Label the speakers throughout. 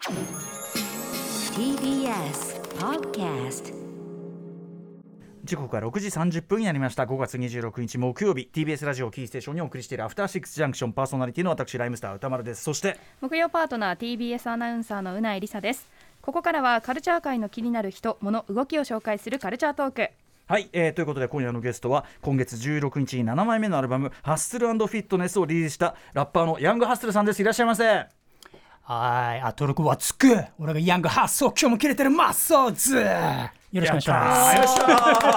Speaker 1: TBS Podcast。
Speaker 2: 時刻は6時30分になりました。5月26日木曜日、 TBS ラジオキーステーションにお送りしているアフターシックスジャンクション、パーソナリティの私ライムスター歌丸です。そして
Speaker 3: 木曜パートナー TBS アナウンサーのうないりさです。ここからはカルチャー界の気になる人物動きを紹介するカルチャートーク。
Speaker 2: はい、ということで今夜のゲストは今月16日に7枚目のアルバムハッスル&フィットネスをリリースしたラッパーのヤングハッスルさんです。いらっしゃいませ。
Speaker 4: はい、アトロクはつく。俺がヤングハッソー、今日も切れてるマッソーズ。よろしくお願いします。
Speaker 2: よっしゃ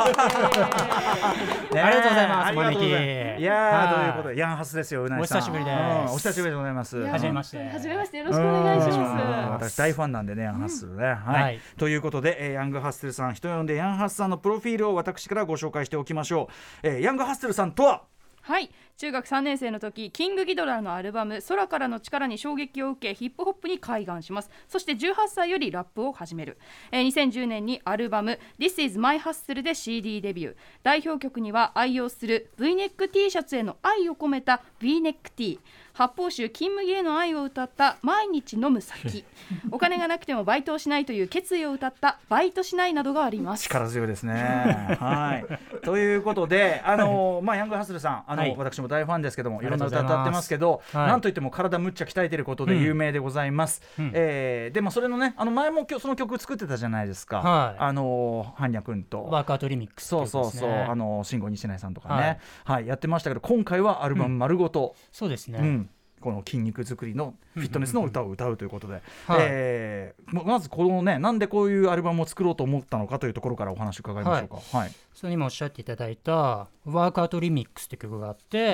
Speaker 4: ありがとうございます。
Speaker 2: ありがとうございます。いやー、ということでヤンハスですよ、うなぎさん。
Speaker 4: お久しぶりです。
Speaker 2: お久しぶりでございます。
Speaker 4: はじめまして。
Speaker 3: はじめまして、よろしくお願いします。
Speaker 2: 私大ファンなんでね、ヤンハッスルね、はい、ということで、ヤングハッスルさん、人呼んでヤンハッスルさんのプロフィールを私からご紹介しておきましょう。ヤングハッスルさんとは、
Speaker 3: はい、中学3年生の時キングギドラのアルバム空からの力に衝撃を受けヒップホップに開眼します。そして18歳よりラップを始める。2010年にアルバム This is My Hustle で CD デビュー。代表曲には愛用する V ネック T シャツへの愛を込めた V ネック T、 発泡酒金麦への愛を歌った毎日飲む酒、お金がなくてもバイトをしないという決意を歌ったバイトしないなどがあります。
Speaker 2: 力強いですね。はい、ということで、ヤングハッスルさん、
Speaker 4: はい、
Speaker 2: 私も大ファンですけども、いろんな歌歌ってますけど、なんといっても体むっちゃ鍛えてることで有名でございます。でもそれのね、前もその曲作ってたじゃないですか。はい、般若君と
Speaker 4: ワークアウトリミックス、
Speaker 2: そうそうそう、慎吾西成さんとかね、はい、やってましたけど、今回はアルバム丸ごと、
Speaker 4: そうですね、
Speaker 2: この筋肉作りのフィットネスの歌を歌うということで、まずこのね、なんでこういうアルバムを作ろうと思ったのかというところからお話を伺いましょうか。はい、
Speaker 4: それにもおっしゃっていただいたワークアウトリミックスって曲があって、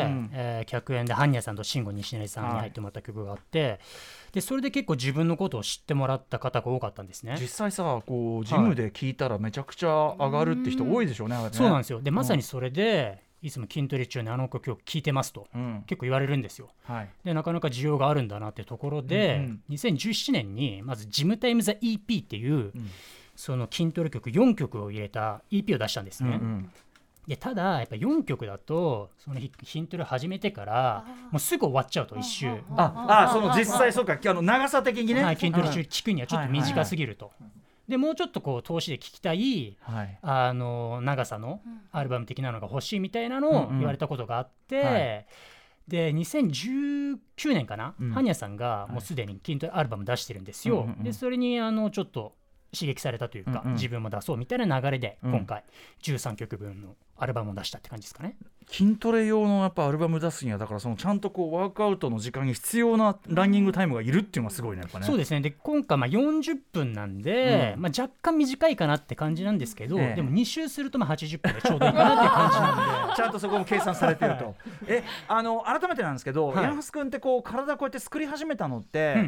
Speaker 4: 客演で般若さんと慎吾西成さんに入ってもらった曲があって、でそれで結構自分のことを知ってもらった方が多かったんですね。
Speaker 2: 実際さ、こうジムで聞いたらめちゃくちゃ上がるって人多いでしょうね。
Speaker 4: そうなんですよ。でまさにそれで、いつも筋トレ中にあの曲を聴いてますと、結構言われるんですよ。でなかなか需要があるんだなってところで、2017年にまずジムタイムザ EP っていう、その筋トレ曲4曲を入れた EP を出したんですね。でただやっぱ4曲だとその筋トレ始めてからもうすぐ終わっちゃうと、一周
Speaker 2: その実際そうか、長さ的にね、
Speaker 4: 筋トレ中聴くにはちょっと短すぎると。でもうちょっとこう通しで聴きたい、長さのアルバム的なのが欲しいみたいなのを言われたことがあって、で2019年かな、般若さんがもうすでに筋トレアルバム出してるんですよ。でそれにちょっと刺激されたというか、自分も出そうみたいな流れで今回13曲分のアルバムを出したって感じですかね。
Speaker 2: 筋トレ用のやっぱアルバム出すには、だからそのちゃんとこうワークアウトの時間に必要なランニングタイムがいるっていうのがすごいね、やっぱね。そう
Speaker 4: ですね。で今回40分なんで、若干短いかなって感じなんですけど、でも2周すると80分でちょうどいいかなっていう感じなんで
Speaker 2: ちゃんとそこも計算されてると改めてなんですけど、ヤンハス君ってこう体こうやって作り始めたのって、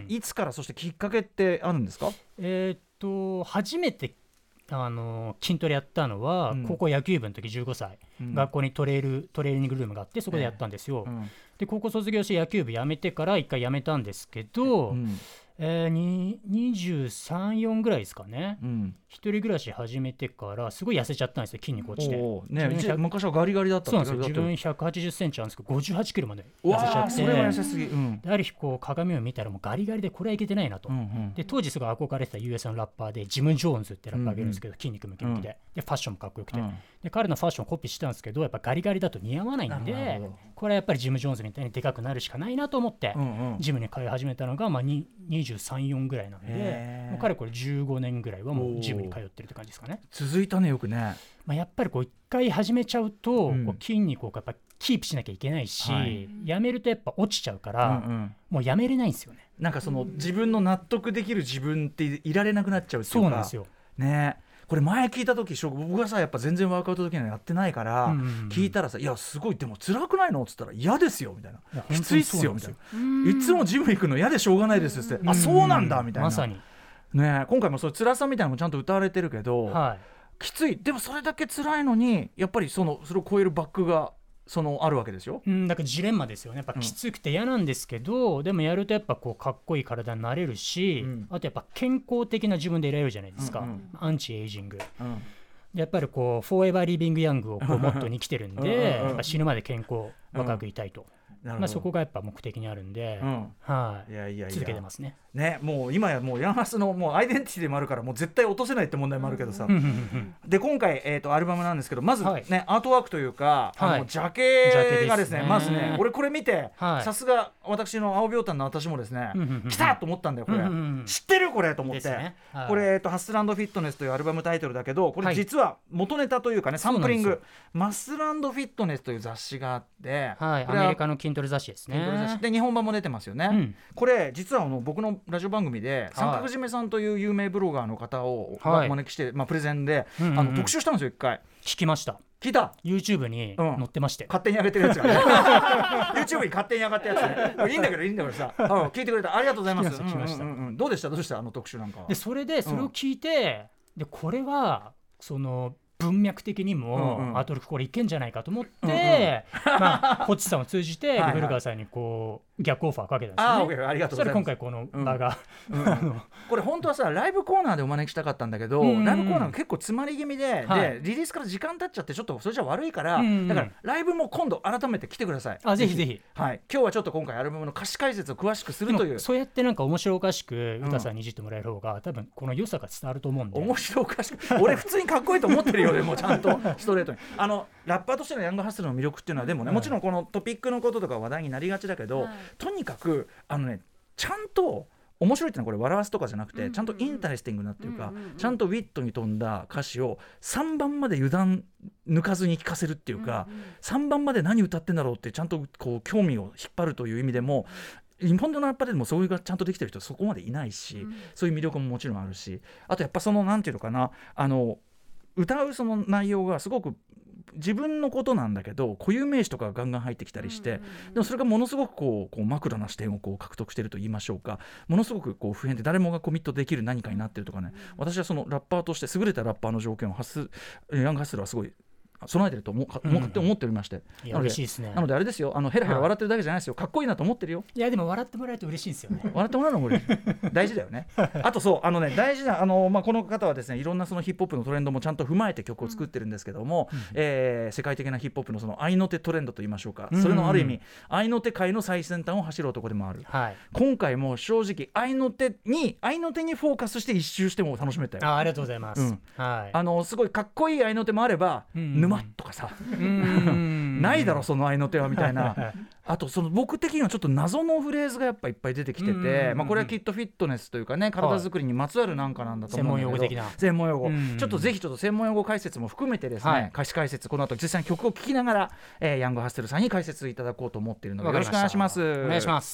Speaker 2: いつからそしてきっかけってあるんですか？
Speaker 4: 初めて筋トレやったのは、高校野球部の時15歳、学校にトレーニングルームがあって、そこでやったんですよ。で高校卒業して野球部辞めてから1回辞めたんですけど、23、4ぐらいですかね、一人暮らし始めてからすごい痩せちゃったんですよ、筋肉落ちて。
Speaker 2: 昔はガリガリだったんですよ。
Speaker 4: 自分180センチあるんですけど58キロまで痩せちゃって、
Speaker 2: それは痩せすぎ。
Speaker 4: ある日こう鏡を見たらもうガリガリでこれはいけてないなと。で当時すごい憧れてた US のラッパーでジム・ジョーンズってラッパーがいるんですけど、筋肉ムキムキでファッションもかっこよくて、で彼のファッションをコピーしてたんですけど、やっぱガリガリだと似合わないんで、これはやっぱりジム・ジョーンズみたいにでかくなるしかないなと思って、ジムに通い始めたのが23、4ぐらいなんで、もうかれこれ15年ぐらいはもうジムに通ってるって感じですかね。
Speaker 2: 続いたね、よくね。
Speaker 4: やっぱりこう一回始めちゃうと、こう筋肉をやっぱキープしなきゃいけないし、やめるとやっぱ落ちちゃうから、もうやめれないんですよね。
Speaker 2: なんかその自分の納得できる自分っていられなくなっちゃうっていうか。
Speaker 4: そうなんですよ
Speaker 2: ね。これ前聞いた時、僕がさやっぱ全然ワークアウト時にはやってないから、聞いたらさ、いやすごいでも辛くないのっつったら、嫌ですよみたいな、きついっすよみたいな、いつもジム行くの嫌でしょうがないですって、そうなんだみたいな。
Speaker 4: まさに
Speaker 2: ね。今回もそういう辛さみたいなのもちゃんと歌われてるけど、きつい、でもそれだけ辛いのにやっぱりそれを超えるバックがあるわけですよ。
Speaker 4: だからジレンマですよね。やっぱきつくて嫌なんですけど、でもやるとやっぱこうかっこいい体になれるし、あとやっぱ健康的な自分でいられるじゃないですか、アンチエイジング、やっぱりこうフォーエバーリビングヤングをこうモットーに生きてるんでやっぱ死ぬまで健康若くいたいと。 そこがやっぱ目的にあるんで、いや続けてますね。
Speaker 2: もう今やもうヤンハスのもうアイデンティティでもあるからもう絶対落とせないって問題もあるけどさ、で今回、アルバムなんですけど、まずね、アートワークというかジャケがですね、まずね俺これ見てさすが私の青びょうたんの私もですね来たと思ったんだよこれ、知ってるこれと思って、これハッスル&フィットネスというアルバムタイトルだけど、これ実は元ネタというかねサンプリング、マッスル&フィットネスという雑誌があって、
Speaker 4: アメリカの筋トレ雑誌ですね。
Speaker 2: で日本版も出てますよね。これ実は僕のラジオ番組で三角締めさんという有名ブロガーの方をお招きして、プレゼンで特集したんですよ。一回
Speaker 4: 聞きました。
Speaker 2: 聞いた
Speaker 4: YouTube に載ってまして、
Speaker 2: 勝手に上げてるやつがねYouTube に勝手に上がったやつねいいんだけどさ、聞いてくれたありがとうございます。
Speaker 4: 聞きました。
Speaker 2: どうでした特集なんか。
Speaker 4: でそれを聞いて、でこれはその文脈的にもアートルクこれいけんじゃないかと思って、ホッチさんを通じてブルガーさんにこう逆オファーかけたんですよね。
Speaker 2: ありがとうございます。
Speaker 4: それ今回この場が、
Speaker 2: これ本当はさライブコーナーでお招きしたかったんだけど、ライブコーナー結構詰まり気味で、リリースから時間経っちゃってちょっとそれじゃ悪いから、だからライブも今度改めて来てください。
Speaker 4: ぜひぜひ。
Speaker 2: 今日はちょっと今回アルバムの歌詞解説を詳しくするという。
Speaker 4: そうやってなんか面白おかしく歌さんにいじってもらえる方が多分この良さが伝わると思うんで。
Speaker 2: 面白おかしく俺普通にかっこいいと思ってるよでもちゃんとストレートにラッパーとしてのヤングハッスルの魅力っていうのはでもね、もちろんこのトピックのこととか話題になりがちだけど、とにかくちゃんと面白いってのはこれ笑わすとかじゃなくて、ちゃんとインタレスティングなっていうか、ちゃんとウィットに富んだ歌詞を3番まで油断抜かずに聴かせるっていうか、3番まで何歌ってんだろうってちゃんとこう興味を引っ張るという意味でも、日本のラッパーでもそういうがちゃんとできてる人そこまでいないし、そういう魅力ももちろんあるし、あとやっぱそのなんていうのかな、歌うその内容がすごく自分のことなんだけど固有名詞とかがガンガン入ってきたりして、でもそれがものすごくこうマクロな視点をこう獲得していると言いましょうか、ものすごくこう普遍で誰もがコミットできる何かになっているとかね、私はそのラッパーとして優れたラッパーの条件をヤングハッスルはすごい備えてると思っておりまして、
Speaker 4: 嬉しいですね。
Speaker 2: なのであれですよ、ヘラヘラ笑ってるだけじゃないですよ、かっこいいなと思ってるよ。
Speaker 4: いやでも笑ってもらえると嬉しいですよね。
Speaker 2: 笑ってもらうのも嬉しい大事だよね。あとそう大事なこの方はですね、いろんなそのヒップホップのトレンドもちゃんと踏まえて曲を作ってるんですけども、世界的なヒップホップのその合いの手トレンドと言いましょうか、それのある意味合いの手界の最先端を走る男でもある。今回も正直合いの手にフォーカスして一周しても楽しめたよ。
Speaker 4: ありがとうございます。
Speaker 2: すごいかっこいい合いの手もあれば、沼とかさないだろその合いの手はみたいなあとその僕的にはちょっと謎のフレーズがやっぱいっぱい出てきてて、これはきっとフィットネスというかね、体作りにまつわるなんかなんだと思うんだけど、専門用語ちょっとぜひ専門用語解説も含めてですね、歌詞解説この後実際に曲を聴きながら、ヤングハッスルさんに解説いただこうと思っているのでよろしくお願いします。
Speaker 4: お願いします。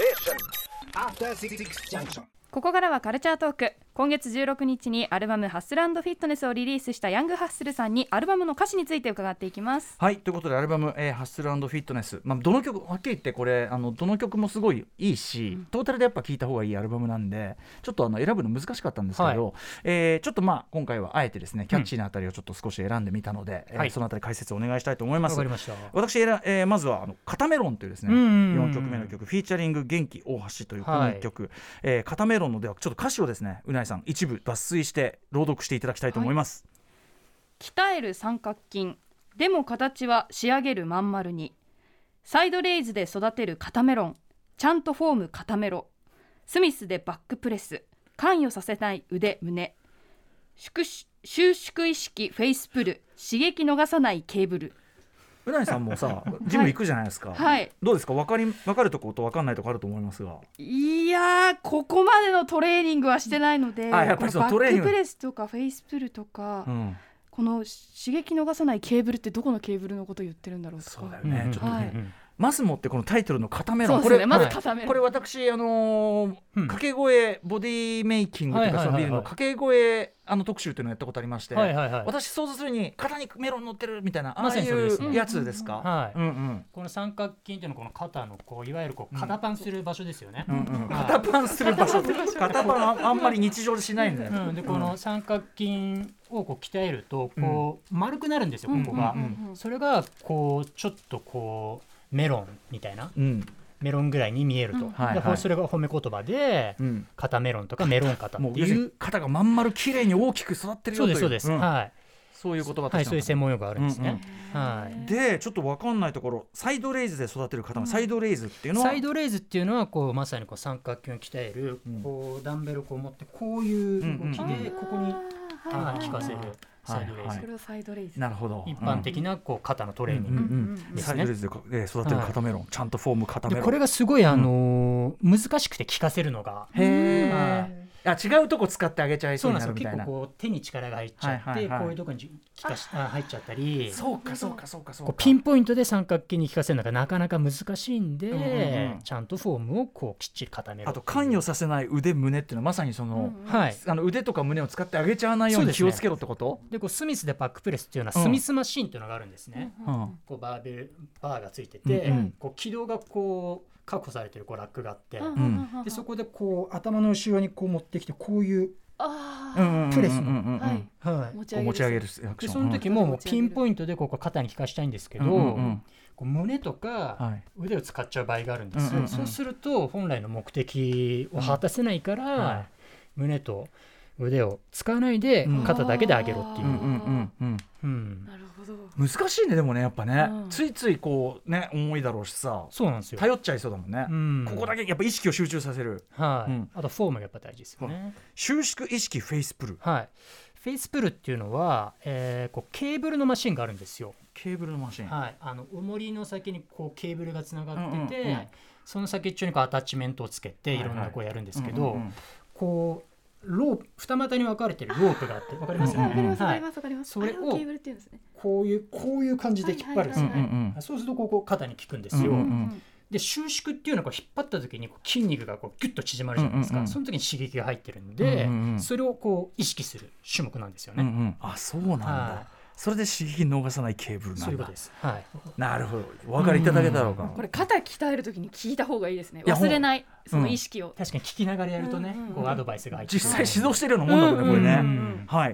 Speaker 3: ここからはカルチャートーク。今月16日にアルバムハッスル&フィットネスをリリースしたヤングハッスルさんにアルバムの歌詞について伺っていきます。
Speaker 2: はい、ということでアルバム、ハッスル&フィットネス、どの曲はっきり言ってこれどの曲もすごいいいし、トータルでやっぱ聴いた方がいいアルバムなんでちょっと選ぶの難しかったんですけど、ちょっと今回はあえてですねキャッチーなあたりをちょっと少し選んでみたので、そのあたり解説をお願いしたいと思います。
Speaker 4: わかりました。
Speaker 2: 私まずはカタメロンというですね、4曲目の曲フィーチャリング元気大橋というこの1曲、カタメロンのではちょっと歌詞をですねうないさん一部抜粋して朗読していただきたいと思います。
Speaker 3: 鍛える三角筋でも形は仕上げるまん丸に、サイドレイズで育てるカタメロン、ちゃんとフォーム固めろ、スミスでバックプレス関与させない腕胸、収縮意識フェイスプル刺激逃さないケーブル。
Speaker 2: うないさんもさジム行くじゃないですか、どうですか、分かるところと分かんないところあると思いますが。
Speaker 3: いやここまでのトレーニングはしてないので、
Speaker 2: やっぱりそのトレーニング
Speaker 3: バックプレスとかフェイスプルとか、この刺激逃さないケーブルってどこのケーブルのことを言ってるんだろうとか。
Speaker 2: そうだよね、ちょっとね、マスモってこのタイトルのカタメロン、
Speaker 3: これ私
Speaker 2: 掛け声ボディメイキングというか、そのビルの掛け声特集というのをやったことありまして、私想像するに肩にメロン乗ってるみたいなああいうやつですか。
Speaker 4: この三角筋というのはこの肩のいわゆる肩パンする場所ですよね。
Speaker 2: 肩パンする場所肩パンあんまり日常でしないんだよ。
Speaker 4: でこの三角筋を鍛えると丸くなるんですよ、ここが。それがちょっとメロンみたいな、メロンぐらいに見えると、それが褒め言葉で、肩メロンとかメロン肩っていう、
Speaker 2: 肩がまん丸綺麗に大きく育ってるよという。
Speaker 4: そうです、
Speaker 2: そういう言葉として、
Speaker 4: はい、そういう専門用語があるんですね、はい、
Speaker 2: でちょっと分かんないところ、サイドレイズで育てる方、サイドレイズっていうのは、
Speaker 4: サイドレイズっていうのはこうまさにこう三角形を鍛える、こうダンベルをこう持ってこういう動きでここに効かせるサイドレイズ、
Speaker 3: これをサイドレイズ、
Speaker 2: なるほど、
Speaker 4: 一般的なこう肩のトレーニングですね。
Speaker 2: サイドレイズで育てる肩メロン、ちゃんとフォーム肩メロン
Speaker 4: でこれがすごい難しくて効かせるのが、
Speaker 2: 違うとこ使ってあげちゃいそうになるみたいな。
Speaker 4: 結構こう手に力が入っちゃって、こういうとこに入っちゃったり、
Speaker 2: そうか
Speaker 4: ピンポイントで三角形に効かせるのがなかなか難しいんで、ちゃんとフォームをこうきっちり固める。
Speaker 2: あと関与させない腕胸っていうのはまさにその、腕とか胸を使ってあげちゃわないように気をつけろってこと。
Speaker 4: でこうスミスでバックプレスっていうのはスミスマシンっていうのがあるんですね、こうバーがついてて、こう軌道がこう確保されてるこうラックがあって、でそこでこう頭の後ろにこう持ってきてこういうプレスの
Speaker 2: 持ち上げるアクション、
Speaker 4: その時もピンポイントでここ肩に効かしたいんですけど、こう胸とか腕を使っちゃう場合があるんです、そうすると本来の目的を果たせないから、胸と腕を使わないで肩だけで上げろっていう。
Speaker 3: なるほど。
Speaker 2: 難しいね。でもねやっぱね、ついついこうね重いだろうしさ、
Speaker 4: そうなんですよ、
Speaker 2: 頼っちゃいそうだもんね、ここだけやっぱ意識を集中させる、あ
Speaker 4: とフォームがやっぱ大事ですよね。
Speaker 2: 収縮意識フェイスプル、
Speaker 4: フェイスプルっていうのは、こうケーブルのマシンがあるんですよ。
Speaker 2: ケーブルのマシン、
Speaker 4: 重りの先にこうケーブルがつながってて、その先っちょにこうアタッチメントをつけていろんなこうやるんですけど、こうロープ二股に分かれてるロープがあって、分かりますよね。
Speaker 3: わかります。
Speaker 4: それを
Speaker 3: ケーブルっていうんですね。
Speaker 4: こういう感じで引っ張るんですよね。そうするとこう肩に効くんですよ。で収縮っていうのはこう引っ張った時にこう筋肉がこうギュッと縮まるじゃないですか。その時に刺激が入ってるんで、それをこう意識する種目なんですよね。
Speaker 2: あ、そうなんだ。それで刺激逃さないケーブルなんだ。
Speaker 4: そういうことです。
Speaker 2: なるほど、お分かりいただけたろうか。
Speaker 3: これ肩鍛えるときに聞いた方がいいですね。忘れないその意識を。
Speaker 4: 確かに聞きながらやるとね、こうアドバイスが入って
Speaker 2: 実際指導してるようなもんだもんね、これね。はい。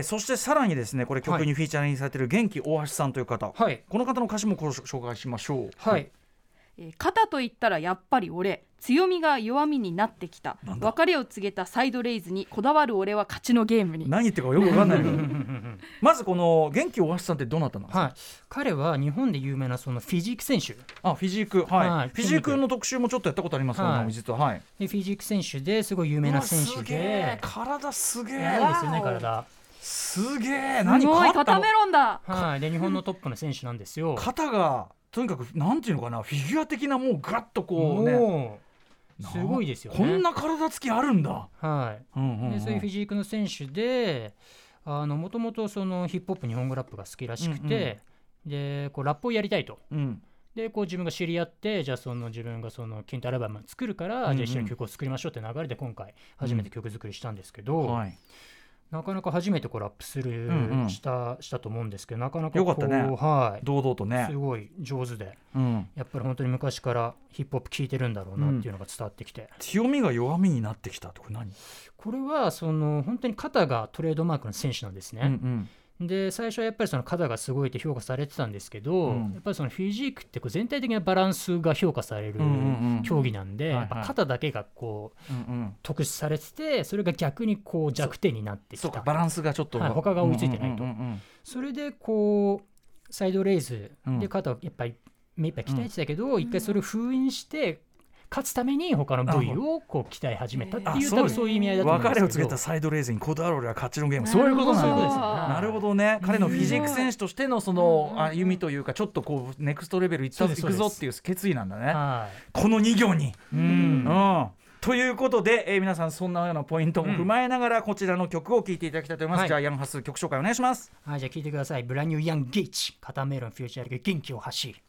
Speaker 2: そしてさらにですね、これ曲にフィーチャーにされている元気大橋さんという方、この方の歌詞も紹介しましょう。
Speaker 3: 肩と言ったらやっぱり俺、強みが弱みになってきた、別れを告げたサイドレイズにこだわる俺は勝ちのゲームに。
Speaker 2: 何言ってるかよく分かんないけどまずこの元気大橋さんってどなたなんですか。
Speaker 4: 彼は日本で有名なそのフィジーク選手。
Speaker 2: フィジーク、フィジークの特集もちょっとやったことありますよね、実は。
Speaker 4: でフィジーク選手ですごい有名な選手で、
Speaker 2: 体すげえ
Speaker 4: ですよね。体
Speaker 2: すげえ、
Speaker 3: 何か肩メロンだ。
Speaker 4: で日本のトップの選手なんですよ。
Speaker 2: 肩がとにかくなんていうのかな、フィギュア的な、もうガッとこうね、
Speaker 4: すごいですよね。
Speaker 2: こんな体つきあるんだ。
Speaker 4: でそういうフィジークの選手で、もともとそのヒップホップ日本語ラップが好きらしくて、でこうラップをやりたいと。でこう自分が知り合って、じゃあその自分がそのキントアルバムを作るから、じゃあ一緒に曲を作りましょうって流れで今回初めて曲作りしたんですけど、なかなか初めてこうラップする、したと思うんですけど、なかなかこう
Speaker 2: よかったね、堂々とね、
Speaker 4: すごい上手で、やっぱり本当に昔からヒップホップ聴いてるんだろうなっていうのが伝わってきて、
Speaker 2: 強みが弱みになってきたってこれ何？
Speaker 4: これはその本当に肩がトレードマークの選手なんですね。で最初はやっぱりその肩がすごいって評価されてたんですけど、やっぱりそのフィジークってこう全体的なバランスが評価される競技なんで、やっぱ肩だけがこう特殊されてて、それが逆にこう弱点になってきた。
Speaker 2: バランスがちょっと、
Speaker 4: 他が追いついてないと。それでこうサイドレイズで肩をやっぱり目いっぱい鍛えてたけど、一回それを封印して勝つために他の部位をこう鍛え始めたっていう、多分そういう意味合いだと思うんですけど、
Speaker 2: 別れを告げたサイドレイズにこだわる俺は勝ちのゲーム、そういうことなんです。なるほどね。彼のフィジーク選手としてのその歩みというか、ちょっとこうネクストレベル行くぞっていう決意なんだね、この2行に。ということで、皆さんそんなようなポイントも踏まえながら、こちらの曲を聴いていただきたいと思います。じゃあヤンハス曲紹介お願いします。
Speaker 4: じゃあ聴いてください。ブランニューヤンゲイチ、肩メロンフューチャーリング元気を走る。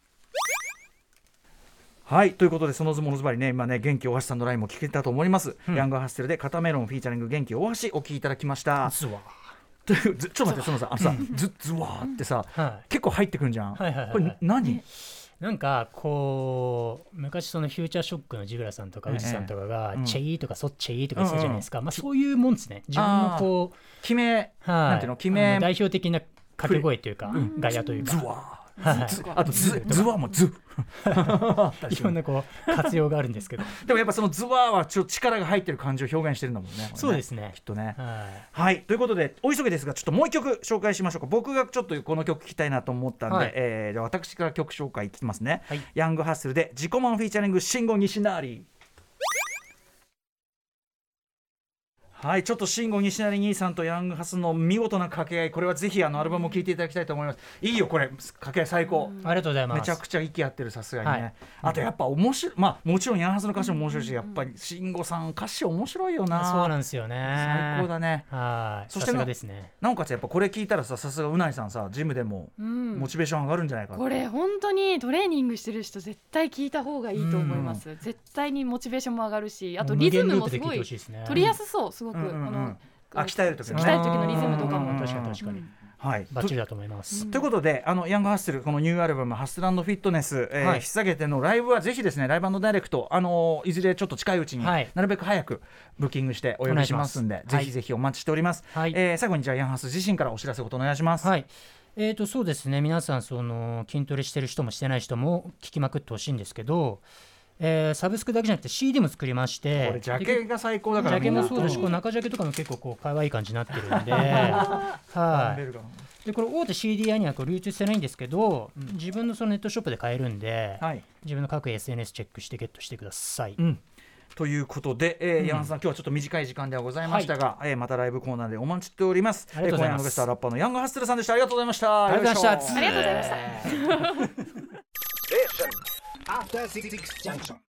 Speaker 2: はい、ということでそのズモのズバリね、今ね元気大橋さんのラインも聞けたと思います、ヤングハッセルで肩メロンフィーチャリング元気大橋お聞きいただきました。
Speaker 4: ズワ
Speaker 2: ちょっと待って、そのさ、ズワーってさ、結構入ってくるんじゃん。これ何？
Speaker 4: なんかこう昔そのフューチャーショックのジブラさんとかウジさんとかがチェイとかそっチェイとか言ってたじゃないですか。そういうもんですね。自分のこう
Speaker 2: 決め、なんていうの、決め
Speaker 4: 代表的な掛け声というかガヤというか、
Speaker 2: ズワー、あとズワもズ
Speaker 4: いろんなこう活用があるんですけど
Speaker 2: でもやっぱそのズワーはちょっと力が入ってる感じを表現してるんだもんね。
Speaker 4: そうですね
Speaker 2: きっとね。はい、ということでお急ぎですがちょっともう一曲紹介しましょうか。僕がちょっとこの曲聴きたいなと思ったんで、
Speaker 4: はい
Speaker 2: じゃあ私から曲紹介いきますね、
Speaker 4: はい、
Speaker 2: ヤングハッスルで自己満フィーチャリング慎吾西成。はい、ちょっと慎吾西成兄さんとヤングハスの見事な掛け合い、これはぜひアルバムを聴いていただきたいと思います。いいよこれ掛け合い最高、
Speaker 4: ありがとうございます。
Speaker 2: めちゃくちゃ息合ってる、さすがにね、
Speaker 4: はい、
Speaker 2: あとやっぱ面白い、まあもちろんヤンハスの歌詞も面白いし、やっぱり慎吾さん歌詞面白いよな。
Speaker 4: そうなんですよね、
Speaker 2: 最高だね。
Speaker 4: はい、
Speaker 2: そして
Speaker 4: さすがですね。
Speaker 2: なおかつやっぱこれ聞いたらさすがうないさんさジムでもモチベーション上がるんじゃないか、
Speaker 3: これ本当にトレーニングしてる人絶対聞いた方がいいと思います、絶対にモチベーションも上がるし、あとリズムもすごい取りやすそう、すごく、この
Speaker 2: 鍛える時
Speaker 3: のリズムとかも
Speaker 4: 確かに確かに、
Speaker 2: はい、
Speaker 4: バッチリだと思います、
Speaker 2: ということでヤングハッスルこのニューアルバムハッスル&フィットネス、引っ提げてのライブはぜひですねライブ&ダイレクトいずれちょっと近いうちに、なるべく早くブッキングしてお呼びしますんで、ぜひぜひお待ちしております、最後にじゃあヤングハッスル自身からお知らせことお願いします。
Speaker 4: はい、そうですね、皆さんその筋トレしてる人もしてない人も聞きまくってほしいんですけど、サブスクだけじゃなくて CD も作りまして、
Speaker 2: これジャケが最高だから、
Speaker 4: ジャケもそうだし、こう中ジャケとかも結構こう可愛い感じになってるんではい、でこれ大手 CD 屋にはこう流通してないんですけど、自分のそのネットショップで買えるんで、自分の各 SNS チェックしてゲットしてください、
Speaker 2: ということで、山田さん今日はちょっと短い時間ではございましたが、またライブコーナーでお待ちしております。
Speaker 4: ありがとうございます。
Speaker 2: 今夜のゲストはラッパーのヤングハッスルさんでした。ありがとうございました。
Speaker 4: ありがとうございました。
Speaker 3: ありがとうございました。
Speaker 5: After 66 junction.